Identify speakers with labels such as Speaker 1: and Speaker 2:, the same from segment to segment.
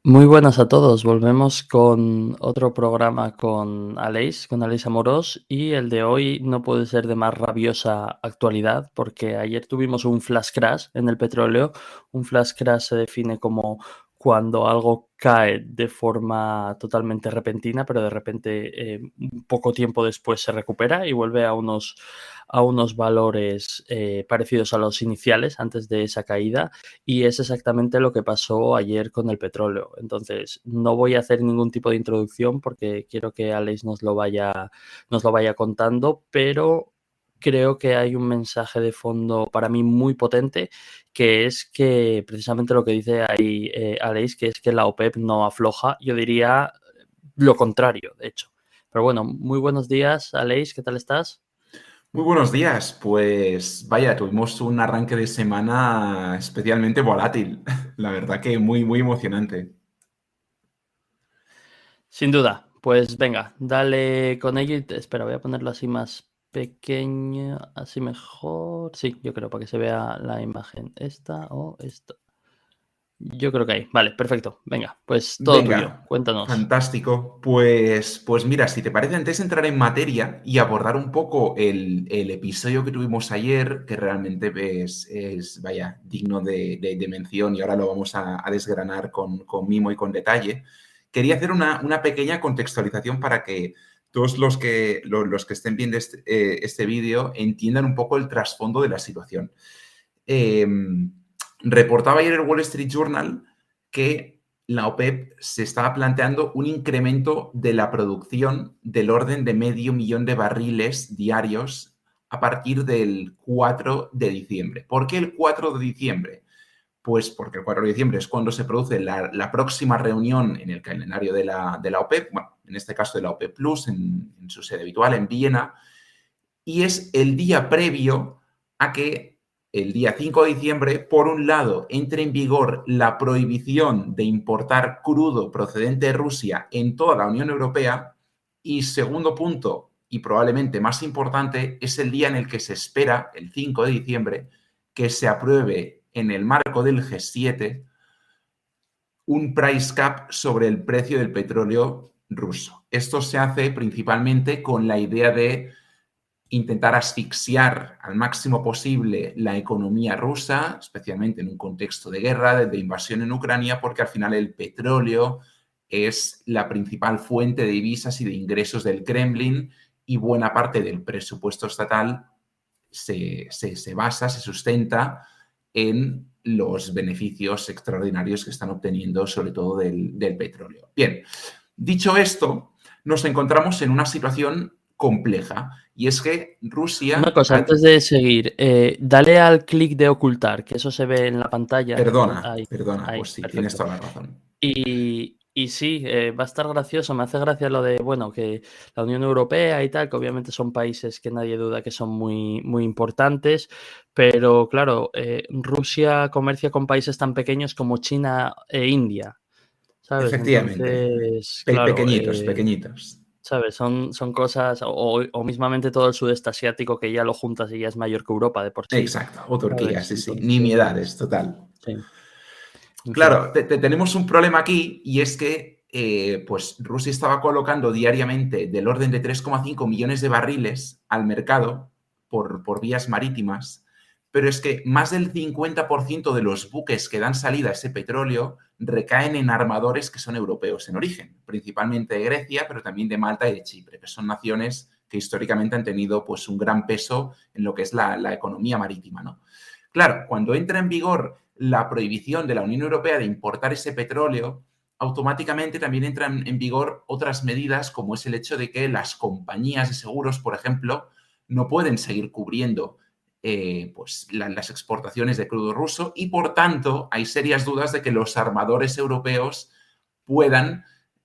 Speaker 1: Muy buenas a todos. Volvemos con otro programa con Aleix Amorós, y el de hoy no puede ser de más rabiosa actualidad porque ayer tuvimos un flash crash en el petróleo. Un flash crash se define como cuando algo cae de forma totalmente repentina, pero de repente un poco tiempo después se recupera y vuelve a unos valores parecidos a los iniciales antes de esa caída. Y es exactamente lo que pasó ayer con el petróleo. Entonces, no voy a hacer ningún tipo de introducción porque quiero que Alex nos lo vaya contando, pero creo que hay un mensaje de fondo para mí muy potente, que es que precisamente lo que dice ahí Alex, que es que la OPEP no afloja. Yo diría lo contrario, de hecho. Pero bueno, muy buenos días, Alex, ¿qué tal estás?
Speaker 2: Muy buenos días. Pues vaya, tuvimos un arranque de semana especialmente volátil. La verdad que muy, muy emocionante.
Speaker 1: Sin duda, pues venga, dale con ello y espera, voy a ponerlo así más pequeño, así mejor. Sí, yo creo, para que se vea la imagen. Esta o esta. Yo creo que ahí. Vale, perfecto. Venga, pues todo tuyo.
Speaker 2: Venga,
Speaker 1: Cuéntanos.
Speaker 2: fantástico. Pues mira, si te parece, antes de entrar en materia y abordar un poco el episodio que tuvimos ayer, que realmente vaya, digno de mención y ahora lo vamos a desgranar con mimo y con detalle, quería hacer una pequeña contextualización para que todos los que estén viendo este vídeo entiendan un poco el trasfondo de la situación. Eh, Reportaba ayer el Wall Street Journal que la OPEP se estaba planteando un incremento de la producción del orden de 500.000 de barriles diarios a partir del 4 de diciembre. ¿Por qué el 4 de diciembre? Pues porque el 4 de diciembre es cuando se produce la próxima reunión en el calendario de la OPEP, bueno, en este caso de la OPEP Plus, en su sede habitual en Viena, y es el día previo a que el día 5 de diciembre, por un lado, entre en vigor la prohibición de importar crudo procedente de Rusia en toda la Unión Europea, y segundo punto, y probablemente más importante, es el día en el que se espera, el 5 de diciembre, que se apruebe en el marco del G7 un price cap sobre el precio del petróleo ruso. Esto se hace principalmente con la idea de intentar asfixiar al máximo posible la economía rusa, especialmente en un contexto de guerra, de invasión en Ucrania, porque al final el petróleo es la principal fuente de divisas y de ingresos del Kremlin, y buena parte del presupuesto estatal se basa, se sustenta en los beneficios extraordinarios que están obteniendo, sobre todo del petróleo. Bien, dicho esto, nos encontramos en una situación compleja, y es que
Speaker 1: Una
Speaker 2: Rusia...
Speaker 1: cosa, antes de seguir, dale al clic de ocultar, que eso se ve en la pantalla.
Speaker 2: Perdona,
Speaker 1: Ahí,
Speaker 2: perdona,
Speaker 1: ahí,
Speaker 2: pues sí, tienes
Speaker 1: perfecto.
Speaker 2: toda la razón.
Speaker 1: Y sí, va a estar gracioso. Me hace gracia lo de, bueno, que la Unión Europea y tal, que obviamente son países que nadie duda que son muy, muy importantes, pero claro, Rusia comercia con países tan pequeños como China e India, ¿sabes?
Speaker 2: Efectivamente,
Speaker 1: Entonces, claro,
Speaker 2: pequeñitos, pequeñitos.
Speaker 1: ¿sabes? Son cosas, o mismamente todo el sudeste asiático, que ya lo juntas y ya es mayor que Europa de por sí,
Speaker 2: Exacto, o Turquía,
Speaker 1: ¿sabes?
Speaker 2: sí, sí, nimiedades,
Speaker 1: Entonces,
Speaker 2: total.
Speaker 1: sí, en fin.
Speaker 2: Claro, tenemos un problema aquí, y es que pues Rusia estaba colocando diariamente del orden de 3,5 millones de barriles al mercado por vías marítimas, pero es que más del 50% de los buques que dan salida a ese petróleo recaen en armadores que son europeos en origen, principalmente de Grecia, pero también de Malta y de Chipre, que son naciones que históricamente han tenido pues un gran peso en lo que es la economía marítima, ¿no? Claro, cuando entra en vigor la prohibición de la Unión Europea de importar ese petróleo, automáticamente también entran en vigor otras medidas, como es el hecho de que las compañías de seguros, por ejemplo, no pueden seguir cubriendo pues, las exportaciones de crudo ruso, y por tanto hay serias dudas de que los armadores europeos puedan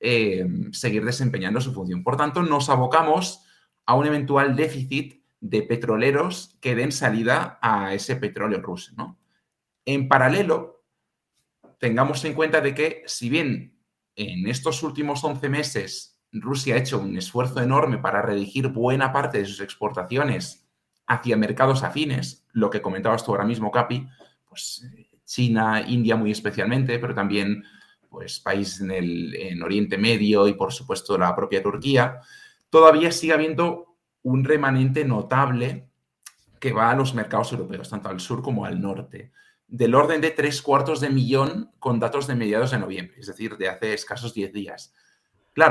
Speaker 2: seguir desempeñando su función. Por tanto, nos abocamos a un eventual déficit de petroleros que den salida a ese petróleo ruso, ¿no? En paralelo, tengamos en cuenta de que, si bien en estos últimos 11 meses Rusia ha hecho un esfuerzo enorme para redirigir buena parte de sus exportaciones hacia mercados afines, lo que comentabas tú ahora mismo, Capi, pues China, India muy especialmente, pero también pues, países en Oriente Medio y, por supuesto, la propia Turquía, todavía sigue habiendo un remanente notable que va a los mercados europeos, tanto al sur como al norte, del orden de 750.000 con datos de mediados de noviembre, es decir, de hace escasos 10 días. Claro,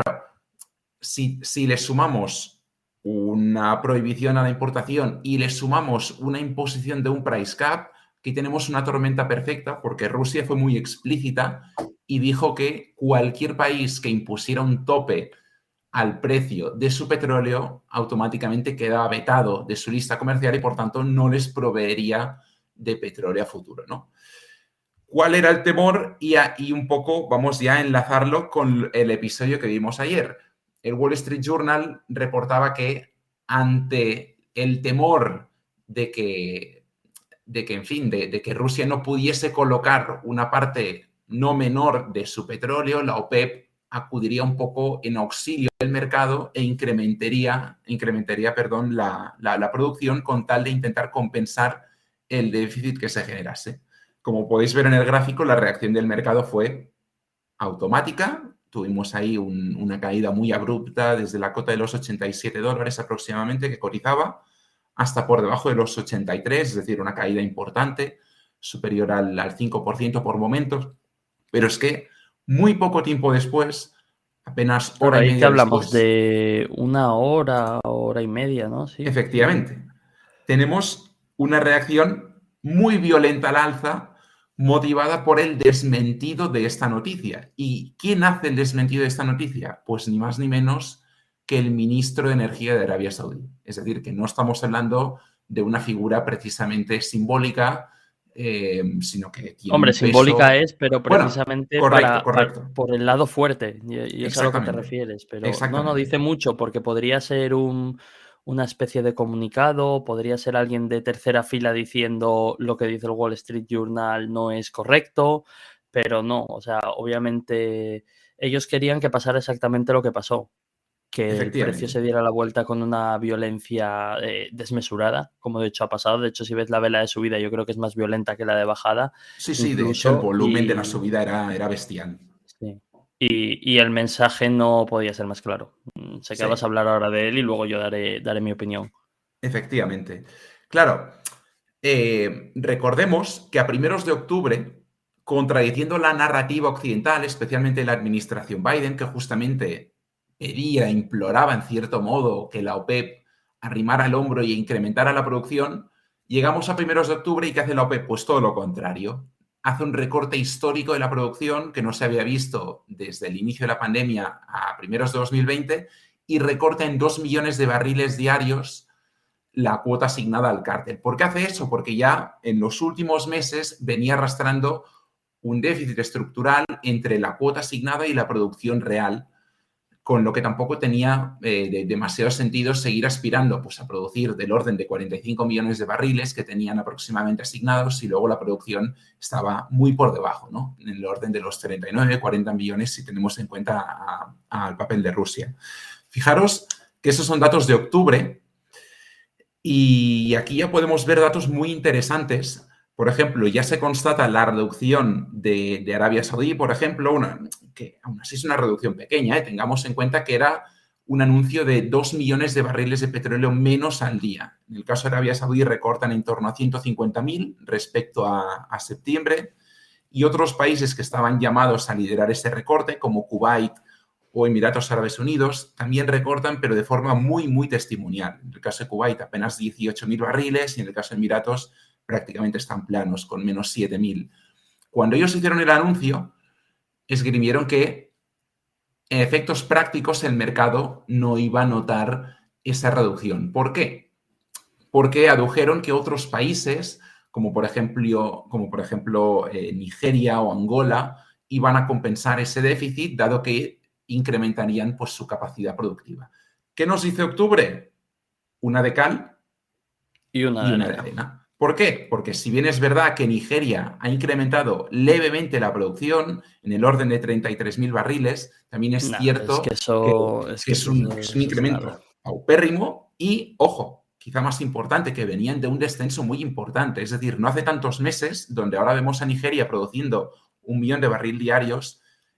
Speaker 2: si le sumamos una prohibición a la importación y le sumamos una imposición de un price cap, aquí tenemos una tormenta perfecta porque Rusia fue muy explícita y dijo que cualquier país que impusiera un tope al precio de su petróleo automáticamente quedaba vetado de su lista comercial y por tanto no les proveería de petróleo a futuro, ¿no? ¿Cuál era el temor? Y un poco vamos ya a enlazarlo con el episodio que vimos ayer. El Wall Street Journal reportaba que ante el temor de que en fin, de que Rusia no pudiese colocar una parte no menor de su petróleo, la OPEP acudiría un poco en auxilio del mercado e incrementaría la producción con tal de intentar compensar el déficit que se generase. Como podéis ver en el gráfico, la reacción del mercado fue automática. Tuvimos ahí una caída muy abrupta desde la cota de los $87 aproximadamente que cotizaba hasta por debajo de los 83, es decir, una caída importante, superior al 5% por momentos. Pero es que muy poco tiempo después, apenas hora y
Speaker 1: Ahí que
Speaker 2: media
Speaker 1: hablamos
Speaker 2: después,
Speaker 1: de una hora, hora y media, ¿no? Sí.
Speaker 2: efectivamente, tenemos una reacción muy violenta al alza motivada por el desmentido de esta noticia. ¿Y quién hace el desmentido de esta noticia? Pues ni más ni menos que el ministro de Energía de Arabia Saudí. Es decir, que no estamos hablando de una figura precisamente simbólica, sino que tiene
Speaker 1: Hombre,
Speaker 2: un
Speaker 1: simbólica
Speaker 2: peso...
Speaker 1: es, pero
Speaker 2: Bueno,
Speaker 1: precisamente
Speaker 2: correcto.
Speaker 1: por el lado fuerte, y es a lo que te
Speaker 2: Exactamente.
Speaker 1: refieres. Pero no
Speaker 2: Exactamente.
Speaker 1: dice mucho, porque podría ser una especie de comunicado, podría ser alguien de tercera fila diciendo lo que dice el Wall Street Journal no es correcto, pero no, o sea, obviamente ellos querían que pasara exactamente lo que pasó, que el precio
Speaker 2: Efectivamente.
Speaker 1: se diera la vuelta con una violencia desmesurada, como de hecho ha pasado. De hecho, si ves la vela de subida, yo creo que es más violenta que la de bajada,
Speaker 2: Sí, de hecho el
Speaker 1: incluso,
Speaker 2: volumen de la subida era bestial.
Speaker 1: sí. Y el mensaje no podía ser más claro. Sé que vas a
Speaker 2: Sí,
Speaker 1: hablar ahora de él y luego yo daré mi opinión.
Speaker 2: efectivamente. Claro, recordemos que a primeros de octubre, contradiciendo la narrativa occidental, especialmente la administración Biden, que justamente pedía, imploraba en cierto modo que la OPEP arrimara el hombro y incrementara la producción, llegamos a primeros de octubre y ¿qué hace la OPEP? Pues todo lo contrario. Hace un recorte histórico de la producción que no se había visto desde el inicio de la pandemia a primeros de 2020 y recorta en 2 millones de barriles diarios la cuota asignada al cártel. ¿Por qué hace eso? Porque ya en los últimos meses venía arrastrando un déficit estructural entre la cuota asignada y la producción real, con lo que tampoco tenía demasiado sentido seguir aspirando pues, a producir del orden de 45 millones de barriles que tenían aproximadamente asignados y luego la producción estaba muy por debajo, ¿no? En el orden de los 39, 40 millones si tenemos en cuenta al papel de Rusia. Fijaros que esos son datos de octubre. Y aquí ya podemos ver datos muy interesantes. Por ejemplo, ya se constata la reducción de Arabia Saudí, por ejemplo, que aún así es una reducción pequeña. Tengamos en cuenta que era un anuncio de 2 millones de barriles de petróleo menos al día. En el caso de Arabia Saudí recortan en torno a 150.000 respecto a septiembre. Y otros países que estaban llamados a liderar ese recorte, como Kuwait o Emiratos Árabes Unidos, también recortan, pero de forma muy, muy testimonial. En el caso de Kuwait, apenas 18.000 barriles y en el caso de Emiratos prácticamente están planos, con menos 7.000. Cuando ellos hicieron el anuncio, esgrimieron que en efectos prácticos el mercado no iba a notar esa reducción. ¿Por qué? Porque adujeron que otros países, como por ejemplo Nigeria o Angola, iban a compensar ese déficit, dado que incrementarían pues, su capacidad productiva. ¿Qué nos dice octubre? Una de cal
Speaker 1: Y una
Speaker 2: y
Speaker 1: de
Speaker 2: una de
Speaker 1: arena.
Speaker 2: arena. ¿Por qué? Porque si bien es verdad que Nigeria ha incrementado levemente la producción en el orden de 33.000 barriles, también es
Speaker 1: Nah, es que
Speaker 2: cierto
Speaker 1: eso, es
Speaker 2: que
Speaker 1: que
Speaker 2: es
Speaker 1: eso,
Speaker 2: un
Speaker 1: eso es nada.
Speaker 2: incremento paupérrimo y, ojo, quizá más importante, que venían de un descenso muy importante. Es decir, no hace tantos meses, donde ahora vemos a Nigeria produciendo 1 millón de barriles diarios,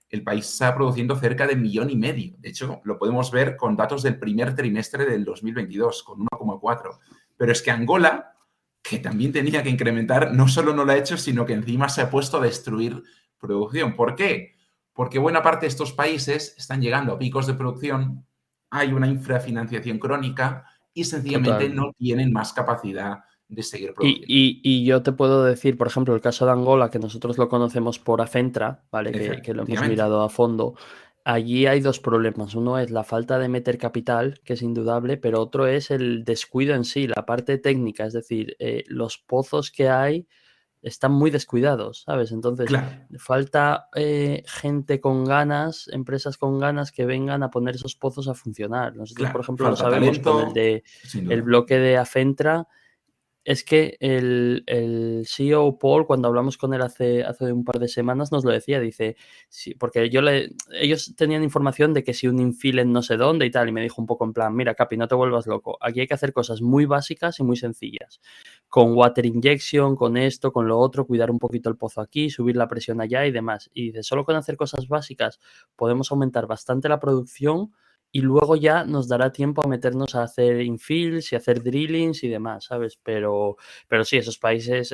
Speaker 2: el país está produciendo cerca de 1,5 millones. De hecho, lo podemos ver con datos del primer trimestre del 2022, con 1,4. Pero es que Angola, que también tenía que incrementar, no solo no lo ha hecho, sino que encima se ha puesto a destruir producción. ¿Por qué? Porque buena parte de estos países están llegando a picos de producción, hay una infrafinanciación crónica y sencillamente
Speaker 1: Total.
Speaker 2: no tienen más capacidad de seguir
Speaker 1: Y,
Speaker 2: produciendo.
Speaker 1: y- y yo te puedo decir, por ejemplo, el caso de Angola, que nosotros lo conocemos por Afentra, ¿vale? Que lo hemos
Speaker 2: Efectivamente.
Speaker 1: mirado a fondo. Allí hay dos problemas. Uno es la falta de meter capital, que es indudable, pero otro es el descuido en sí, la parte técnica, es decir, los pozos que hay están muy descuidados, ¿sabes? Entonces,
Speaker 2: Claro,
Speaker 1: falta gente con ganas, empresas con ganas que vengan a poner esos pozos a funcionar. Nosotros, por
Speaker 2: claro.
Speaker 1: ejemplo, lo
Speaker 2: Falta
Speaker 1: sabemos con
Speaker 2: talento, sin
Speaker 1: el
Speaker 2: duda.
Speaker 1: bloque de Afentra. Es que el CEO Paul, cuando hablamos con él hace un par de semanas, nos lo decía, dice, sí, porque ellos tenían información de que si un infill en no sé dónde y tal, y me dijo un poco en plan, mira, Capi, no te vuelvas loco, aquí hay que hacer cosas muy básicas y muy sencillas, con water injection, con esto, con lo otro, cuidar un poquito el pozo aquí, subir la presión allá y demás. Y dice, solo con hacer cosas básicas podemos aumentar bastante la producción y luego ya nos dará tiempo a meternos a hacer infills y hacer drillings y demás, ¿sabes? Pero sí, esos países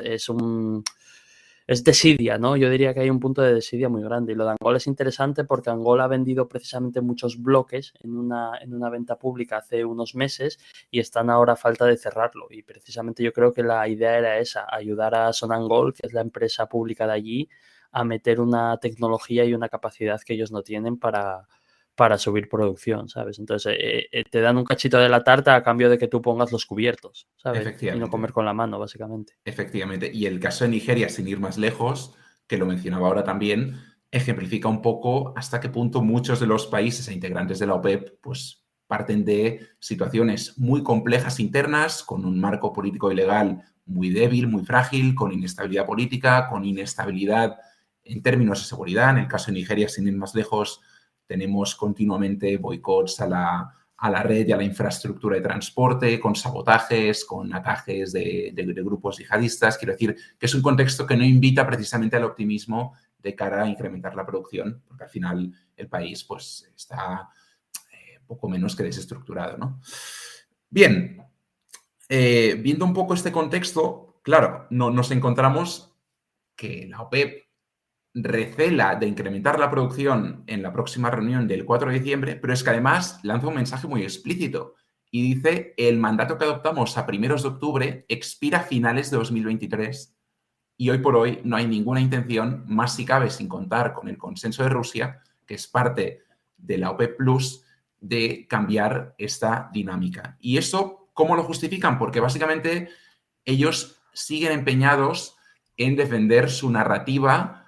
Speaker 1: es desidia, ¿no? Yo diría que hay un punto de desidia muy grande. Y lo de Angola es interesante porque Angola ha vendido precisamente muchos bloques en una venta pública hace unos meses y están ahora a falta de cerrarlo. Y precisamente yo creo que la idea era esa, ayudar a Sonangol, que es la empresa pública de allí, a meter una tecnología y una capacidad que ellos no tienen para subir producción, ¿sabes? Entonces te dan un cachito de la tarta a cambio de que tú pongas los cubiertos, ¿sabes? Y no
Speaker 2: Efectivamente.
Speaker 1: comer con la mano, básicamente.
Speaker 2: Efectivamente. Y el caso de Nigeria, sin ir más lejos, que lo mencionaba ahora también, ejemplifica un poco hasta qué punto muchos de los países e integrantes de la OPEP pues, parten de situaciones muy complejas internas, con un marco político y legal muy débil, muy frágil, con inestabilidad política, con inestabilidad en términos de seguridad. En el caso de Nigeria, sin ir más lejos, tenemos continuamente boicots a la red y a la infraestructura de transporte, con sabotajes, con ataques de grupos yihadistas. Quiero decir que es un contexto que no invita precisamente al optimismo de cara a incrementar la producción, porque al final el país pues, está poco menos que desestructurado, ¿no? Bien, viendo un poco este contexto, claro, nos encontramos que la OPEP recela de incrementar la producción en la próxima reunión del 4 de diciembre, pero es que además lanza un mensaje muy explícito y dice, el mandato que adoptamos a primeros de octubre expira a finales de 2023 y hoy por hoy no hay ninguna intención, más si cabe sin contar con el consenso de Rusia, que es parte de la OPEP Plus, de cambiar esta dinámica. ¿Y eso cómo lo justifican? Porque básicamente ellos siguen empeñados en defender su narrativa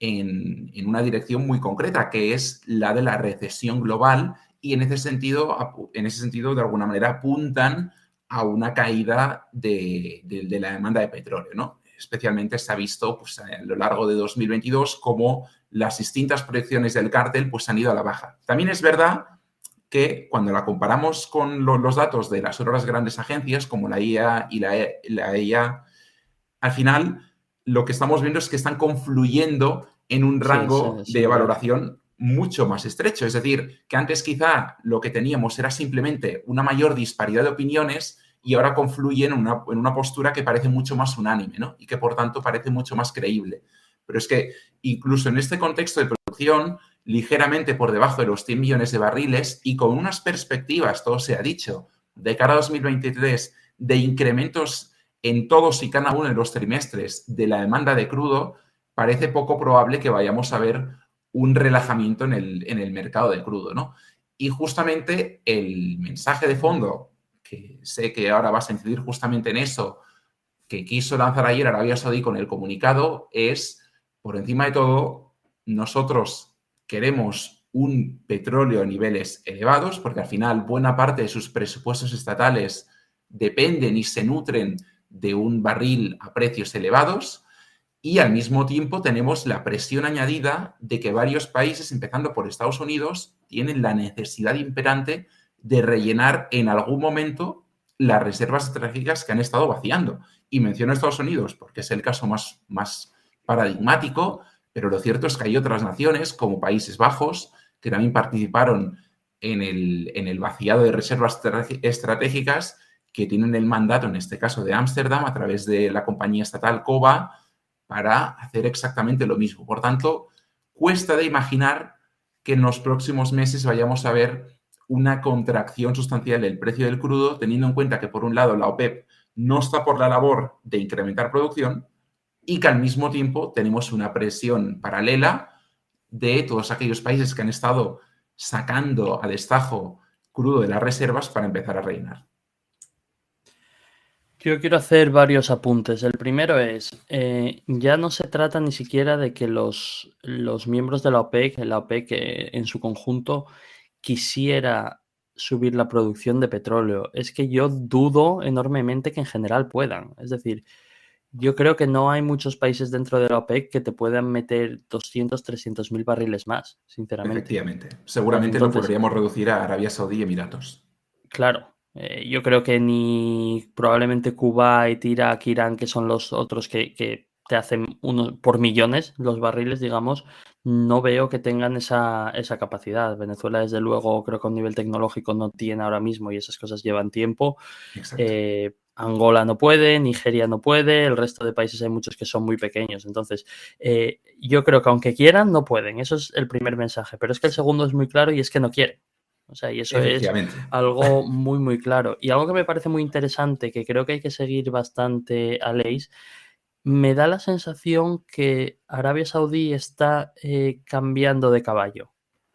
Speaker 2: en una dirección muy concreta, que es la de la recesión global, y en ese sentido, de alguna manera, apuntan a una caída de la demanda de petróleo, ¿no? Especialmente se ha visto pues, a lo largo de 2022 cómo las distintas proyecciones del cártel pues, han ido a la baja. También es verdad que cuando la comparamos con los datos de las otras grandes agencias como la IA y la EIA, al final lo que estamos viendo es que están confluyendo en un
Speaker 1: Sí,
Speaker 2: rango de
Speaker 1: sin duda.
Speaker 2: valoración mucho más estrecho. Es decir, que antes quizá lo que teníamos era simplemente una mayor disparidad de opiniones y ahora confluyen en una postura que parece mucho más unánime, ¿no? Y que por tanto parece mucho más creíble. Pero es que incluso en este contexto de producción, ligeramente por debajo de los 100 millones de barriles y con unas perspectivas, todo se ha dicho, de cara a 2023, de incrementos en todos y cada uno de los trimestres de la demanda de crudo, parece poco probable que vayamos a ver un relajamiento en el mercado de crudo, ¿no? Y justamente el mensaje de fondo, que sé que ahora vas a incidir justamente en eso, que quiso lanzar ayer Arabia Saudí con el comunicado, es, por encima de todo, nosotros queremos un petróleo a niveles elevados, porque al final buena parte de sus presupuestos estatales dependen y se nutren de un barril a precios elevados y al mismo tiempo tenemos la presión añadida de que varios países, empezando por Estados Unidos, tienen la necesidad imperante de rellenar en algún momento las reservas estratégicas que han estado vaciando. Y menciono Estados Unidos porque es el caso más paradigmático, Pero lo cierto es que hay otras naciones, como Países Bajos, que también participaron en el vaciado de reservas estratégicas, que tienen el mandato, en este caso de Ámsterdam, a través de la compañía estatal COBA, para hacer exactamente lo mismo. Por tanto, cuesta de imaginar que en los próximos meses vayamos a ver una contracción sustancial del precio del crudo, teniendo en cuenta que, por un lado, la OPEP no está por la labor de incrementar producción y que al mismo tiempo tenemos una presión paralela de todos aquellos países que han estado sacando a destajo crudo de las reservas para empezar a rellenar.
Speaker 1: Yo quiero hacer varios apuntes. El primero es, ya no se trata ni siquiera de que los miembros de la OPEC en su conjunto quisiera subir la producción de petróleo. Es que yo dudo enormemente que en general puedan. Es decir, yo creo que no hay muchos países dentro de la OPEC que te puedan meter 200, 300 mil barriles más, sinceramente.
Speaker 2: Efectivamente. Seguramente lo
Speaker 1: Entonces,
Speaker 2: podríamos reducir a Arabia Saudí y Emiratos.
Speaker 1: claro, yo creo que ni probablemente Kuwait, Irak, Irán, que son los otros que te hacen uno por millones los barriles, digamos, no veo que tengan esa capacidad. Venezuela, desde luego, creo que a un nivel tecnológico no tiene ahora mismo y esas cosas llevan tiempo.
Speaker 2: Exacto.
Speaker 1: Angola no puede, Nigeria no puede, el resto de países hay muchos que son muy pequeños. Entonces, yo creo que aunque quieran, no pueden. Eso es el primer mensaje. Pero es que el segundo es muy claro y es que no quieren. O sea, y eso es
Speaker 2: Efectivamente.
Speaker 1: algo muy, muy claro. Y algo que me parece muy interesante, que creo que hay que seguir bastante a Leis, me da la sensación que Arabia Saudí está cambiando de caballo.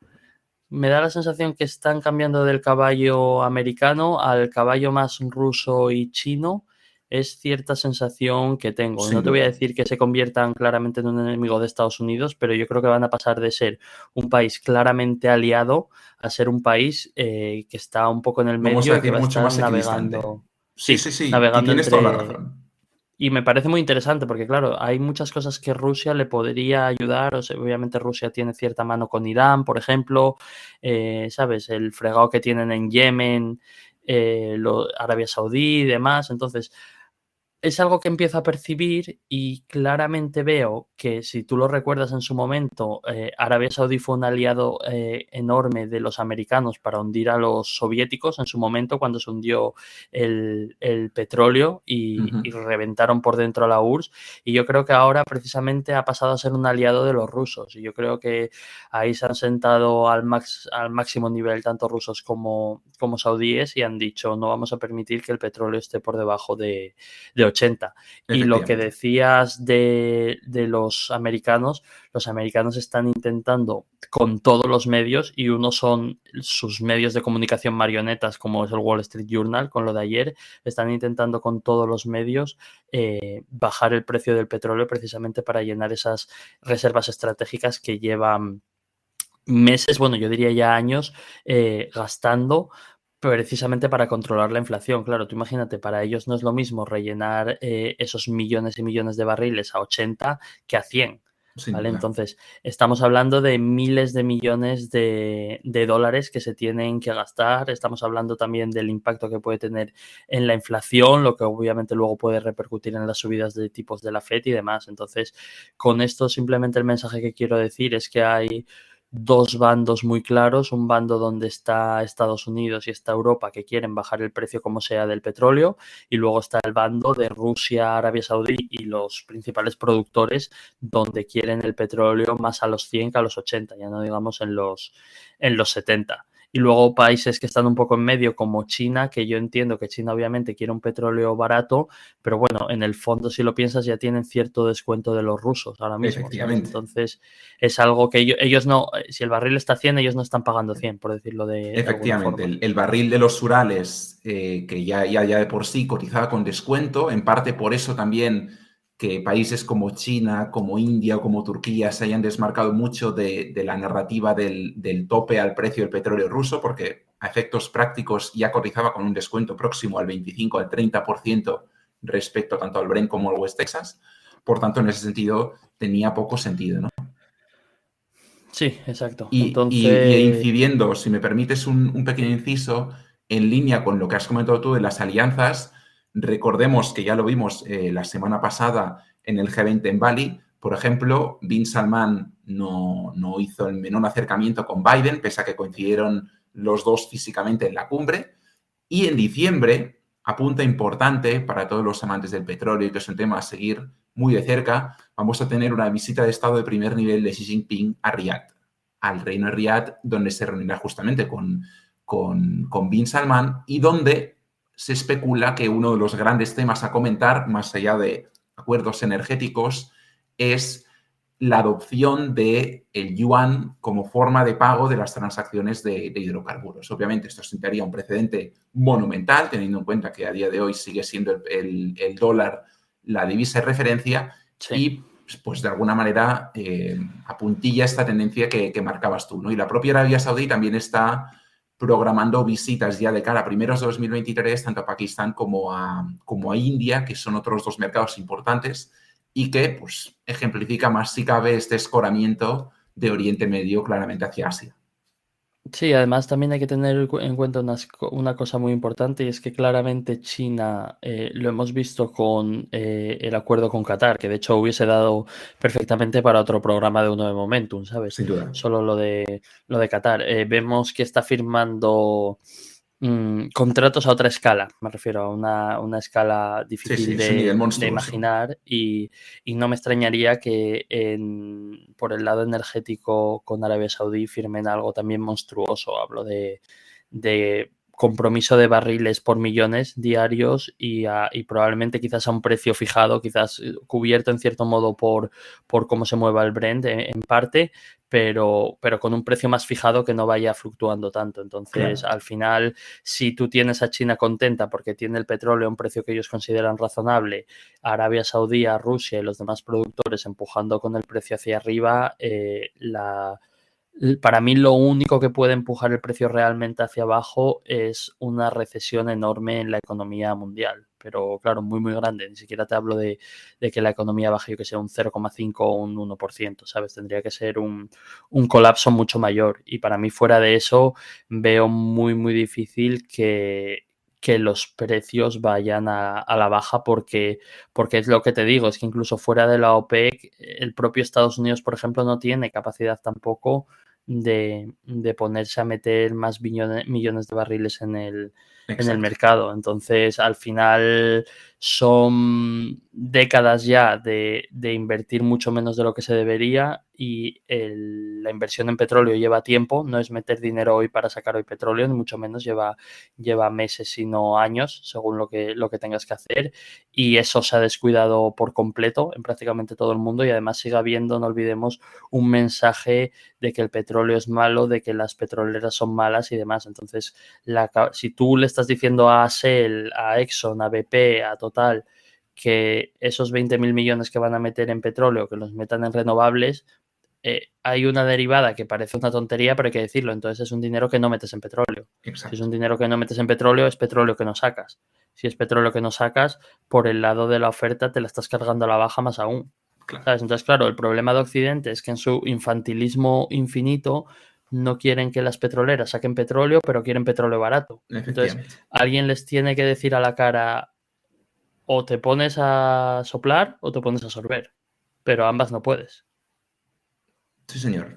Speaker 1: Me da la sensación que están cambiando del caballo americano al caballo más ruso y chino. Es cierta sensación que tengo.
Speaker 2: Sin
Speaker 1: No te voy a
Speaker 2: duda.
Speaker 1: decir que se conviertan claramente en un enemigo de Estados Unidos, pero yo creo que van a pasar de ser un país claramente aliado a ser un país que está un poco en el
Speaker 2: Vamos a
Speaker 1: medio y que
Speaker 2: decir
Speaker 1: va a
Speaker 2: mucho
Speaker 1: estar
Speaker 2: más equidistante.
Speaker 1: navegando.
Speaker 2: Sí,
Speaker 1: Sí,
Speaker 2: sí, sí. Y
Speaker 1: navegando
Speaker 2: tienes toda la
Speaker 1: entre.
Speaker 2: razón.
Speaker 1: Y me parece muy interesante porque, claro, hay muchas cosas que Rusia le podría ayudar. O sea, obviamente Rusia tiene cierta mano con Irán, por ejemplo, ¿sabes? El fregado que tienen en Yemen, Arabia Saudí y demás. Entonces, es algo que empiezo a percibir y claramente veo que, si tú lo recuerdas en su momento, Arabia Saudí fue un aliado enorme de los americanos para hundir a los soviéticos en su momento cuando se hundió el petróleo y reventaron por dentro a la URSS. Y yo creo que ahora precisamente ha pasado a ser un aliado de los rusos. Y yo creo que ahí se han sentado al máximo nivel tanto rusos como saudíes y han dicho: no vamos a permitir que el petróleo esté por debajo de 80. Y lo que
Speaker 2: Efectivamente.
Speaker 1: decías de los americanos están intentando con todos los medios, y uno son sus medios de comunicación marionetas, como es el Wall Street Journal, con lo de ayer, están intentando con todos los medios bajar el precio del petróleo precisamente para llenar esas reservas estratégicas que llevan meses, bueno, yo diría ya años, gastando precisamente para controlar la inflación. Claro, tú imagínate, para ellos no es lo mismo rellenar esos millones y millones de barriles a 80 que a 100.
Speaker 2: Sin
Speaker 1: ¿Vale?
Speaker 2: duda.
Speaker 1: Entonces, estamos hablando de miles de millones de dólares que se tienen que gastar. Estamos hablando también del impacto que puede tener en la inflación, lo que obviamente luego puede repercutir en las subidas de tipos de la FED y demás. Entonces, con esto simplemente el mensaje que quiero decir es que hay dos bandos muy claros, un bando donde está Estados Unidos y está Europa, que quieren bajar el precio como sea del petróleo, y luego está el bando de Rusia, Arabia Saudí y los principales productores, donde quieren el petróleo más a los 100 que a los 80, ya no digamos en los 70. Y luego países que están un poco en medio, como China, que yo entiendo que China obviamente quiere un petróleo barato, pero bueno, en el fondo, si lo piensas, ya tienen cierto descuento de los rusos ahora mismo, ¿sabes?
Speaker 2: Efectivamente.
Speaker 1: Entonces, es algo que ellos no, si el barril está a 100, ellos no están pagando 100, por decirlo de alguna
Speaker 2: Efectivamente,
Speaker 1: forma.
Speaker 2: el barril de los Urales, que ya de por sí cotizaba con descuento, en parte por eso también que países como China, como India o como Turquía se hayan desmarcado mucho de la narrativa del tope al precio del petróleo ruso, porque a efectos prácticos ya cotizaba con un descuento próximo al 25 al 30% respecto tanto al Brent como al West Texas. Por tanto, en ese sentido, tenía poco sentido, ¿no?
Speaker 1: Sí, exacto.
Speaker 2: Y
Speaker 1: Entonces,
Speaker 2: incidiendo, si me permites un pequeño inciso, en línea con lo que has comentado tú de las alianzas, recordemos que ya lo vimos la semana pasada en el G20 en Bali, Por ejemplo, Bin Salman no hizo el menor acercamiento con Biden, pese a que coincidieron los dos físicamente en la cumbre. Y en diciembre, a punta importante para todos los amantes del petróleo, y que es un tema a seguir muy de cerca, vamos a tener una visita de Estado de primer nivel de Xi Jinping a Riad, al reino de Riad, donde se reunirá justamente con Bin Salman y donde se especula que uno de los grandes temas a comentar, más allá de acuerdos energéticos, es la adopción del yuan como forma de pago de las transacciones de hidrocarburos. Obviamente, esto sentaría un precedente monumental, teniendo en cuenta que a día de hoy sigue siendo el dólar la divisa de referencia
Speaker 1: Sí.
Speaker 2: y, pues, de alguna manera apuntilla esta tendencia que marcabas tú, ¿no? Y la propia Arabia Saudí también está programando visitas ya de cara a primeros de 2023, tanto a Pakistán como a India, que son otros dos mercados importantes y que, pues, ejemplifica más, si cabe, este escoramiento de Oriente Medio claramente hacia Asia.
Speaker 1: Sí, además también hay que tener en cuenta una cosa muy importante y es que claramente China lo hemos visto con el acuerdo con Qatar, que de hecho hubiese dado perfectamente para otro programa de uno de Momentum, ¿sabes?
Speaker 2: Sin duda.
Speaker 1: Solo lo de Qatar. Vemos que está firmando contratos a otra escala, me refiero a una escala difícil
Speaker 2: es un nivel
Speaker 1: de
Speaker 2: monstruoso.
Speaker 1: imaginar y no me extrañaría que por el lado energético con Arabia Saudí firmen algo también monstruoso. Hablo de compromiso de barriles por millones diarios y probablemente quizás a un precio fijado, quizás cubierto en cierto modo por cómo se mueva el Brent en parte, pero con un precio más fijado que no vaya fluctuando tanto. Entonces,
Speaker 2: Claro.
Speaker 1: al final, si tú tienes a China contenta porque tiene el petróleo a un precio que ellos consideran razonable, a Arabia Saudí, a Rusia y los demás productores empujando con el precio hacia arriba, para mí lo único que puede empujar el precio realmente hacia abajo es una recesión enorme en la economía mundial. Pero claro, muy, muy grande. Ni siquiera te hablo de que la economía baje, yo que sé, un 0,5 o un 1%, ¿sabes? Tendría que ser un colapso mucho mayor. Y para mí, fuera de eso, veo muy, muy difícil que los precios vayan a la baja porque es lo que te digo, es que incluso fuera de la OPEC, el propio Estados Unidos, por ejemplo, no tiene capacidad tampoco de ponerse a meter más millones de barriles en el mercado. Entonces, al final son décadas ya de invertir mucho menos de lo que se debería y la inversión en petróleo lleva tiempo, no es meter dinero hoy para sacar hoy petróleo, ni mucho menos lleva meses, sino años, según lo que tengas que hacer, y eso se ha descuidado por completo en prácticamente todo el mundo y además sigue habiendo, no olvidemos, un mensaje de que el petróleo es malo, de que las petroleras son malas y demás. Entonces, si tú le estás diciendo a Shell, a Exxon, a BP, a Total, que esos 20.000 millones que van a meter en petróleo, que los metan en renovables, hay una derivada que parece una tontería, pero hay que decirlo. Entonces es un dinero que no metes en petróleo.
Speaker 2: Exacto.
Speaker 1: Si es un dinero que no metes en petróleo, es petróleo que no sacas. Si es petróleo que no sacas, por el lado de la oferta te la estás cargando a la baja más aún.
Speaker 2: Claro.
Speaker 1: ¿Sabes? Entonces, claro, el problema de Occidente es que en su infantilismo infinito no quieren que las petroleras saquen petróleo, pero quieren petróleo barato. Entonces, alguien les tiene que decir a la cara, o te pones a soplar o te pones a sorber, pero ambas no puedes.
Speaker 2: Sí, señor.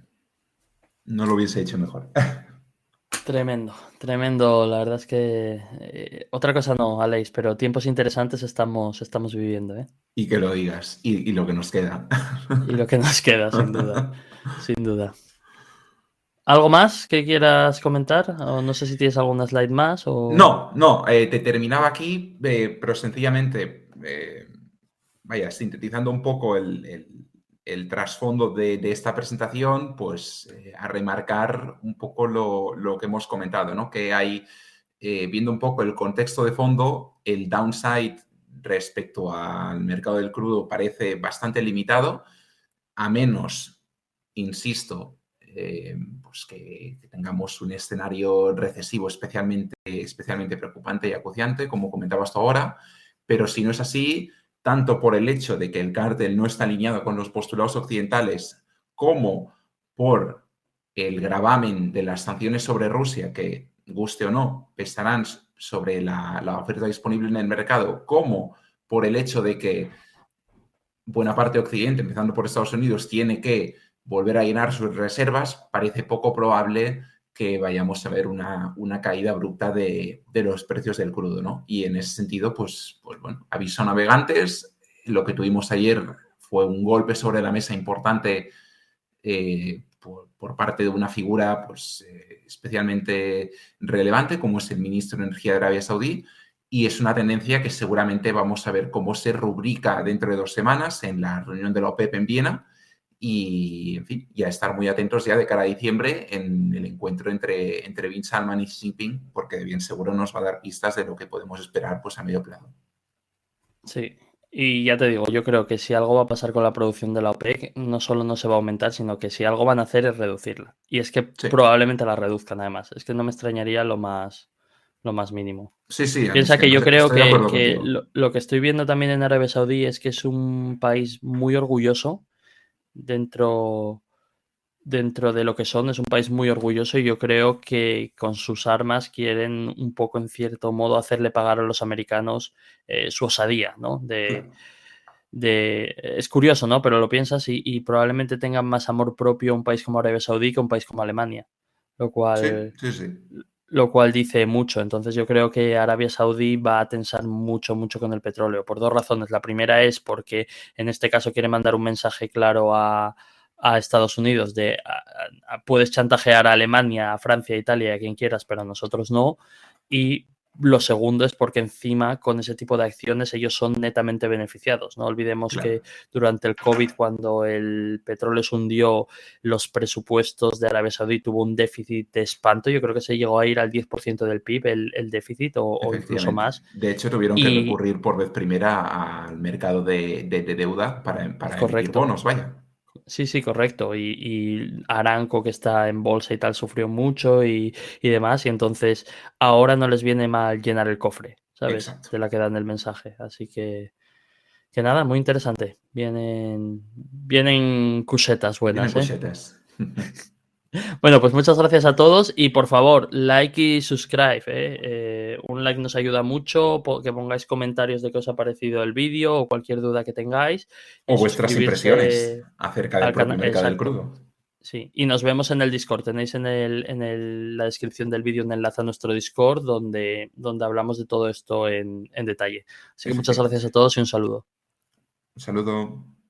Speaker 2: No lo hubiese hecho mejor.
Speaker 1: Tremendo, tremendo. La verdad es que otra cosa no, Alex, pero tiempos interesantes estamos viviendo, ¿eh?
Speaker 2: Y que lo digas. Y lo que nos queda.
Speaker 1: Y lo que nos queda, sin duda. Sin duda. ¿Algo más que quieras comentar? O no sé si tienes alguna slide más o...
Speaker 2: No, te terminaba aquí, pero sencillamente, sintetizando un poco el trasfondo de esta presentación, pues a remarcar un poco lo que hemos comentado, ¿no? Que hay, viendo un poco el contexto de fondo, el downside respecto al mercado del crudo parece bastante limitado, a menos, insisto, pues que tengamos un escenario recesivo especialmente preocupante y acuciante, como comentabas tú ahora, pero si no es así, tanto por el hecho de que el cártel no está alineado con los postulados occidentales, como por el gravamen de las sanciones sobre Rusia, que, guste o no, pesarán sobre la oferta disponible en el mercado, como por el hecho de que buena parte de Occidente, empezando por Estados Unidos, tiene que volver a llenar sus reservas, parece poco probable que vayamos a ver una caída abrupta de los precios del crudo, ¿no? Y en ese sentido, pues bueno, aviso a navegantes, lo que tuvimos ayer fue un golpe sobre la mesa importante por parte de una figura pues, especialmente relevante como es el ministro de Energía de Arabia Saudí, y es una tendencia que seguramente vamos a ver cómo se rubrica dentro de 2 semanas en la reunión de la OPEP en Viena y, en fin, y a estar muy atentos ya de cara a diciembre en el encuentro entre Bin Salman y Xi Jinping, porque de bien seguro nos va a dar pistas de lo que podemos esperar pues, a medio plazo.
Speaker 1: Sí, y ya te digo, yo creo que si algo va a pasar con la producción de la OPEC, no solo no se va a aumentar, sino que si algo van a hacer es reducirla. Y es que
Speaker 2: Sí,
Speaker 1: probablemente la reduzcan además. Es que no me extrañaría lo más mínimo.
Speaker 2: sí, sí,
Speaker 1: Piensa que yo creo
Speaker 2: estoy de acuerdo
Speaker 1: que
Speaker 2: contigo.
Speaker 1: lo que estoy viendo también en Arabia Saudí es que es un país muy orgulloso dentro, dentro de lo que son, es un país muy orgulloso y yo creo que con sus armas quieren un poco, en cierto modo, hacerle pagar a los americanos su osadía, ¿no?
Speaker 2: Claro.
Speaker 1: Es curioso, ¿no? Pero lo piensas y probablemente tengan más amor propio un país como Arabia Saudí que un país como Alemania, lo
Speaker 2: Sí,
Speaker 1: cual,
Speaker 2: sí, sí.
Speaker 1: lo cual dice mucho. Entonces yo creo que Arabia Saudí va a tensar mucho, mucho con el petróleo, por dos razones. La primera es porque en este caso quiere mandar un mensaje claro a Estados Unidos de puedes chantajear a Alemania, a Francia, a Italia, a quien quieras, pero a nosotros no. Y lo segundo es porque encima con ese tipo de acciones ellos son netamente beneficiados. No olvidemos
Speaker 2: Claro.
Speaker 1: que durante el COVID, cuando el petróleo se hundió, los presupuestos de Arabia Saudí tuvo un déficit de espanto. Yo creo que se llegó a ir al 10% del PIB el déficit o incluso
Speaker 2: Efectivamente.
Speaker 1: más.
Speaker 2: De hecho, tuvieron que
Speaker 1: Y
Speaker 2: recurrir por vez primera al mercado de deuda para emitir
Speaker 1: correcto.
Speaker 2: bonos, vaya.
Speaker 1: Sí, sí, correcto. Y Aramco, que está en bolsa y tal, sufrió mucho y demás. Y entonces ahora no les viene mal llenar el cofre, ¿sabes?
Speaker 2: Exacto.
Speaker 1: De la que dan el mensaje. Así que nada, muy interesante. Vienen cusetas
Speaker 2: Vienen
Speaker 1: buenas, ¿eh?
Speaker 2: cochetas.
Speaker 1: Bueno, pues muchas gracias a todos y por favor, like y subscribe, ¿eh? Un like nos ayuda mucho, que pongáis comentarios de qué os ha parecido el vídeo o cualquier duda que tengáis
Speaker 2: O
Speaker 1: y
Speaker 2: vuestras impresiones
Speaker 1: suscribirse
Speaker 2: acerca del
Speaker 1: al
Speaker 2: propio
Speaker 1: canal.
Speaker 2: mercado del
Speaker 1: Exacto.
Speaker 2: crudo.
Speaker 1: Sí, y nos vemos en el Discord. Tenéis la descripción del vídeo un enlace a nuestro Discord donde hablamos de todo esto en detalle. Así que muchas gracias a
Speaker 2: Efectivamente.
Speaker 1: todos y un saludo.
Speaker 2: Un saludo.